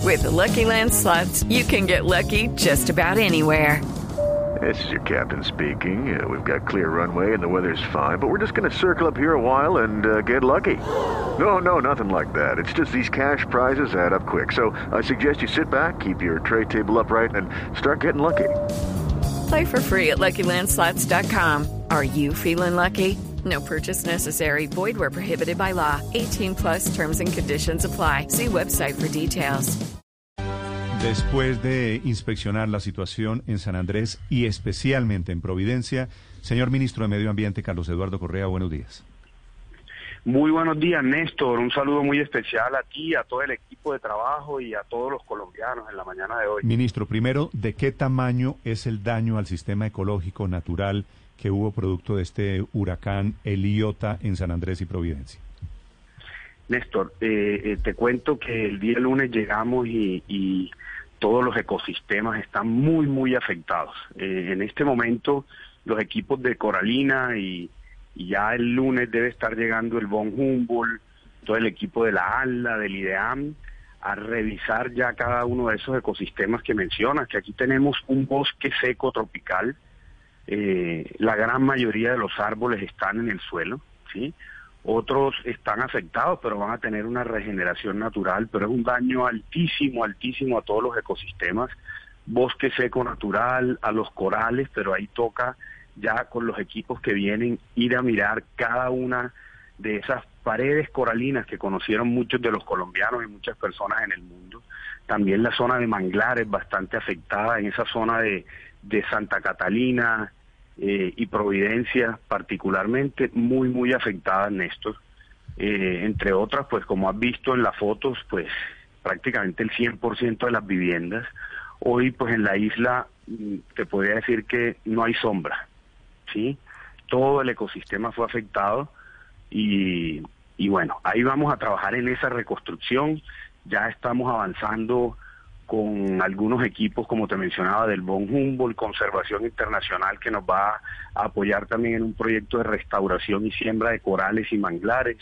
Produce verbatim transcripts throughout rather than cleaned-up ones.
With the Lucky Land Slots, you can get lucky just about anywhere. This is your captain speaking. Uh, we've got clear runway and the weather's fine, but we're just going to circle up here a while and uh, get lucky. No, no, nothing like that. It's just these cash prizes add up quick. So I suggest you sit back, keep your tray table upright, and start getting lucky. Play for free at Lucky Land Slots dot com. Are you feeling lucky? No purchase necessary. Void where prohibited by law. eighteen plus terms and conditions apply. See website for details. Después de inspeccionar la situación en San Andrés y especialmente en Providencia, señor ministro de Medio Ambiente, Carlos Eduardo Correa, buenos días. Muy buenos días, Néstor. Un saludo muy especial a ti, a todo el equipo de trabajo y a todos los colombianos en la mañana de hoy. Ministro, primero, ¿de qué tamaño es el daño al sistema ecológico natural que hubo producto de este huracán El Iota en San Andrés y Providencia? Néstor, eh, eh, te cuento que el día lunes llegamos y, y todos los ecosistemas están muy, muy afectados. Eh, en este momento, los equipos de Coralina y, y ya el lunes debe estar llegando el von Humboldt, todo el equipo de la ALLA, del IDEAM, a revisar ya cada uno de esos ecosistemas que mencionas, que aquí tenemos un bosque seco tropical. Eh, la gran mayoría de los árboles están en el suelo, ¿sí? Otros están afectados, pero van a tener una regeneración natural, pero es un daño altísimo, altísimo a todos los ecosistemas. Bosque seco natural, a los corales, pero ahí toca ya con los equipos que vienen ir a mirar cada una de esas paredes coralinas que conocieron muchos de los colombianos y muchas personas en el mundo. También la zona de manglares bastante afectada, en esa zona de, de Santa Catalina, Eh, y Providencia particularmente muy muy afectada, Néstor, eh, entre otras, pues como has visto en las fotos, pues prácticamente el cien por ciento de las viviendas. Hoy pues en la isla te podría decir que no hay sombra, ¿sí? Todo el ecosistema fue afectado y, y bueno, ahí vamos a trabajar en esa reconstrucción. Ya estamos avanzando con algunos equipos, como te mencionaba, del von Humboldt, Conservación Internacional, que nos va a apoyar también en un proyecto de restauración y siembra de corales y manglares.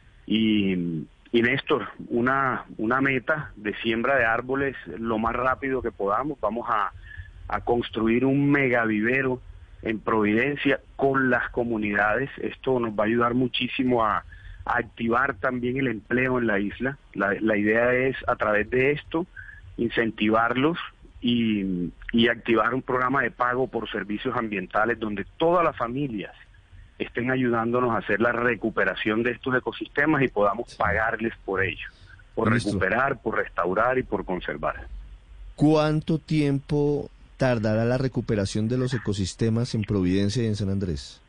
Y, y Néstor, una, una meta de siembra de árboles lo más rápido que podamos. Vamos a, a construir un megavivero en Providencia con las comunidades. Esto nos va a ayudar muchísimo a, a activar también el empleo en la isla. La, la idea es, a través de esto, incentivarlos y, y activar un programa de pago por servicios ambientales donde todas las familias estén ayudándonos a hacer la recuperación de estos ecosistemas y podamos pagarles por ello, por Ministro, recuperar, por restaurar y por conservar. ¿Cuánto tiempo tardará la recuperación de los ecosistemas en Providencia y en San Andrés?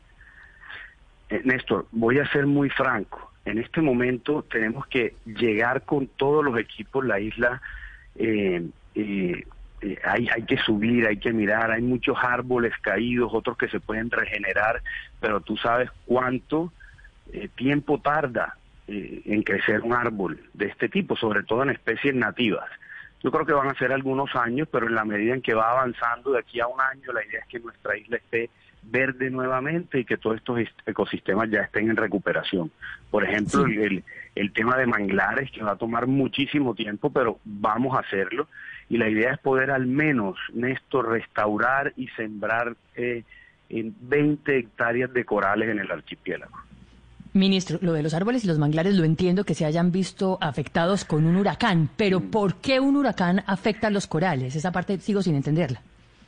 Eh, Néstor, voy a ser muy franco. En este momento tenemos que llegar con todos los equipos. La isla Eh, eh, eh, hay, hay que subir, hay que mirar, hay muchos árboles caídos, otros que se pueden regenerar, pero tú sabes cuánto eh, tiempo tarda eh, en crecer un árbol de este tipo, sobre todo en especies nativas. Yo creo que van a ser algunos años, pero en la medida en que va avanzando de aquí a un año, la idea es que nuestra isla esté verde nuevamente y que todos estos ecosistemas ya estén en recuperación. Por ejemplo, sí. el, el tema de manglares, que va a tomar muchísimo tiempo, pero vamos a hacerlo. Y la idea es poder al menos, Néstor, restaurar y sembrar eh, en veinte hectáreas de corales en el archipiélago. Ministro, lo de los árboles y los manglares lo entiendo que se hayan visto afectados con un huracán, pero ¿por qué un huracán afecta a los corales? Esa parte sigo sin entenderla.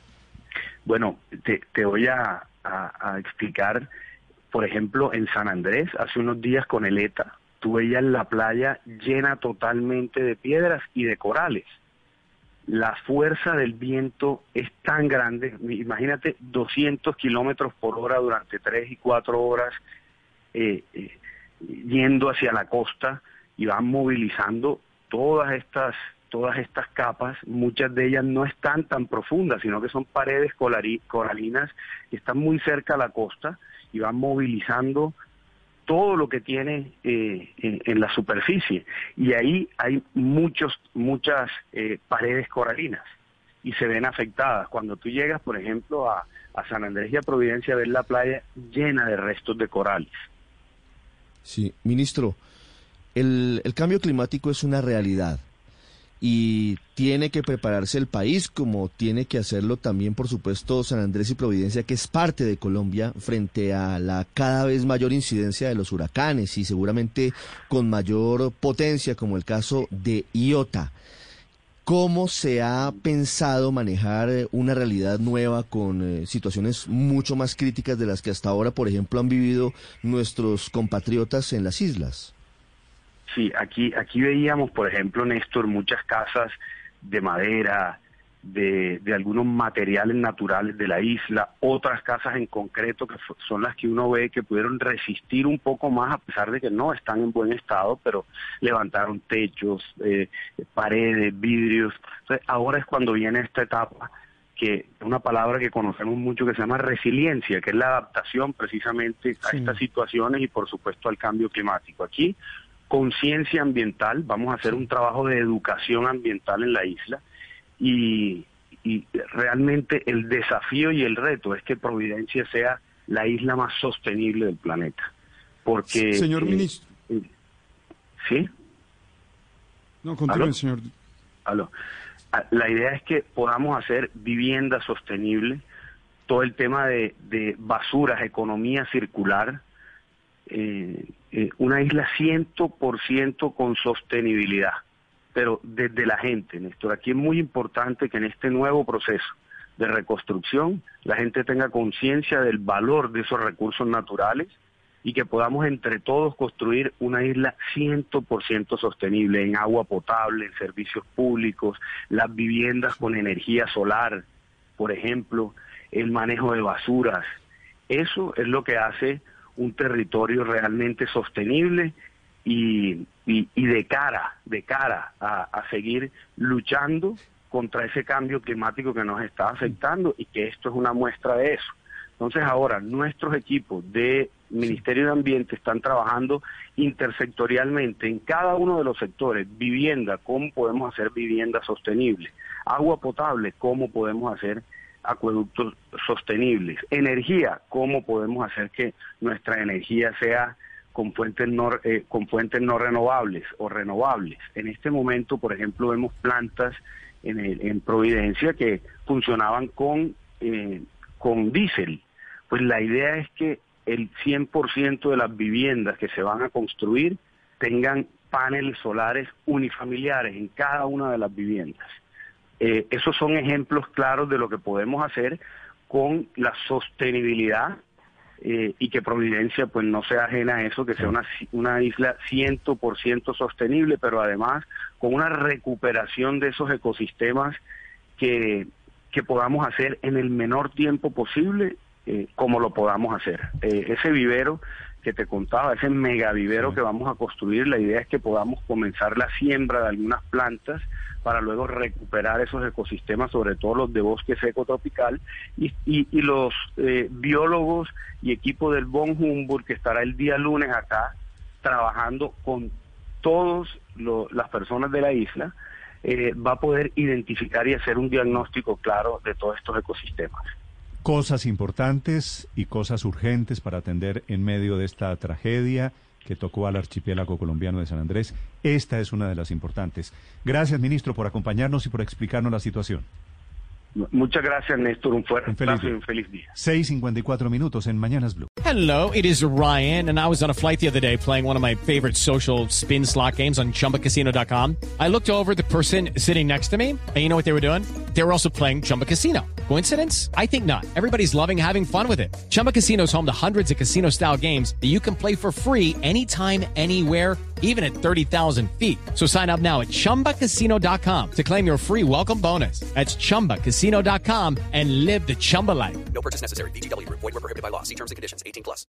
Bueno, te, te voy a, a, a explicar. Por ejemplo, en San Andrés, hace unos días con el ETA, tú veías la playa llena totalmente de piedras y de corales. La fuerza del viento es tan grande, imagínate doscientos kilómetros por hora durante tres y cuatro horas eh, eh, yendo hacia la costa, y van movilizando todas estas todas estas capas. Muchas de ellas no están tan profundas, sino que son paredes coralinas que están muy cerca a la costa y van movilizando todo lo que tiene eh, en, en la superficie. Y ahí hay muchos muchas eh, paredes coralinas y se ven afectadas. Cuando tú llegas, por ejemplo, a, a San Andrés y a Providencia, ves la playa llena de restos de corales. Sí, ministro, el, el cambio climático es una realidad. y tiene que prepararse el país, como tiene que hacerlo también, por supuesto, San Andrés y Providencia, que es parte de Colombia, frente a la cada vez mayor incidencia de los huracanes y seguramente con mayor potencia, como el caso de Iota. ¿Cómo se ha pensado manejar una realidad nueva con eh, situaciones mucho más críticas de las que hasta ahora, por ejemplo, han vivido nuestros compatriotas en las islas? Sí, aquí, aquí veíamos, por ejemplo, Néstor, muchas casas de madera, de, de algunos materiales naturales de la isla, otras casas en concreto que son las que uno ve que pudieron resistir un poco más a pesar de que no están en buen estado, pero levantaron techos, eh, paredes, vidrios. Entonces, ahora es cuando viene esta etapa, que una palabra que conocemos mucho que se llama resiliencia, que es la adaptación precisamente a sí. estas situaciones y por supuesto al cambio climático. Aquí, conciencia ambiental, vamos a hacer un trabajo de educación ambiental en la isla y, y realmente el desafío y el reto es que Providencia sea la isla más sostenible del planeta. Porque, señor eh, ministro. Eh, ¿Sí? No, continúe, señor. Aló. La idea es que podamos hacer vivienda sostenible, todo el tema de, de basuras, economía circular, eh, eh, una isla cien por ciento con sostenibilidad, pero desde la gente, Néstor. Aquí es muy importante que en este nuevo proceso de reconstrucción la gente tenga conciencia del valor de esos recursos naturales y que podamos entre todos construir una isla cien por ciento sostenible en agua potable, en servicios públicos, las viviendas con energía solar, por ejemplo, el manejo de basuras. Eso es lo que hace un territorio realmente sostenible y, y, y de cara, de cara a, a seguir luchando contra ese cambio climático que nos está afectando y que esto es una muestra de eso. Entonces ahora nuestros equipos de Ministerio de Ambiente están trabajando intersectorialmente en cada uno de los sectores. Vivienda, ¿cómo podemos hacer vivienda sostenible? Agua potable, ¿cómo podemos hacer acueductos sostenibles? Energía, ¿cómo podemos hacer que nuestra energía sea con fuentes no, eh, con fuentes no renovables o renovables? En este momento, por ejemplo, vemos plantas en, el, en Providencia que funcionaban con, eh, con diésel. Pues la idea es que el cien por ciento de las viviendas que se van a construir tengan paneles solares unifamiliares en cada una de las viviendas. Eh, esos son ejemplos claros de lo que podemos hacer con la sostenibilidad eh, y que Providencia pues no sea ajena a eso, que sea una, una isla cien por ciento sostenible, pero además con una recuperación de esos ecosistemas que, que podamos hacer en el menor tiempo posible, eh, como lo podamos hacer. Eh, ese vivero que te contaba, ese mega vivero sí. que vamos a construir, la idea es que podamos comenzar la siembra de algunas plantas para luego recuperar esos ecosistemas, sobre todo los de bosque seco tropical, y, y, y los eh, biólogos y equipo del Von Humboldt, que estará el día lunes acá, trabajando con todas las personas de la isla, eh, va a poder identificar y hacer un diagnóstico claro de todos estos ecosistemas. Cosas importantes y cosas urgentes para atender en medio de esta tragedia que tocó al archipiélago colombiano de San Andrés. Esta es una de las importantes. Gracias, ministro, por acompañarnos y por explicarnos la situación. Muchas gracias, Néstor. Un fuerte un feliz abrazo y un feliz día. seis cincuenta y cuatro minutos en Mañanas Blue. Hello, it is Ryan, and I was on a flight the other day playing one of my favorite social spin slot games on Chumba Casino dot com. I looked over at the person sitting next to me, and you know what they were doing? They were also playing Chumba Casino. Coincidence? I think not. Everybody's loving having fun with it. Chumba Casino is home to hundreds of casino-style games that you can play for free anytime, anywhere, even at thirty thousand feet. So sign up now at Chumba Casino dot com to claim your free welcome bonus. That's Chumba Casino dot com and live the Chumba life. No purchase necessary. V G W. Void where prohibited by law. See terms and conditions. eighteen plus.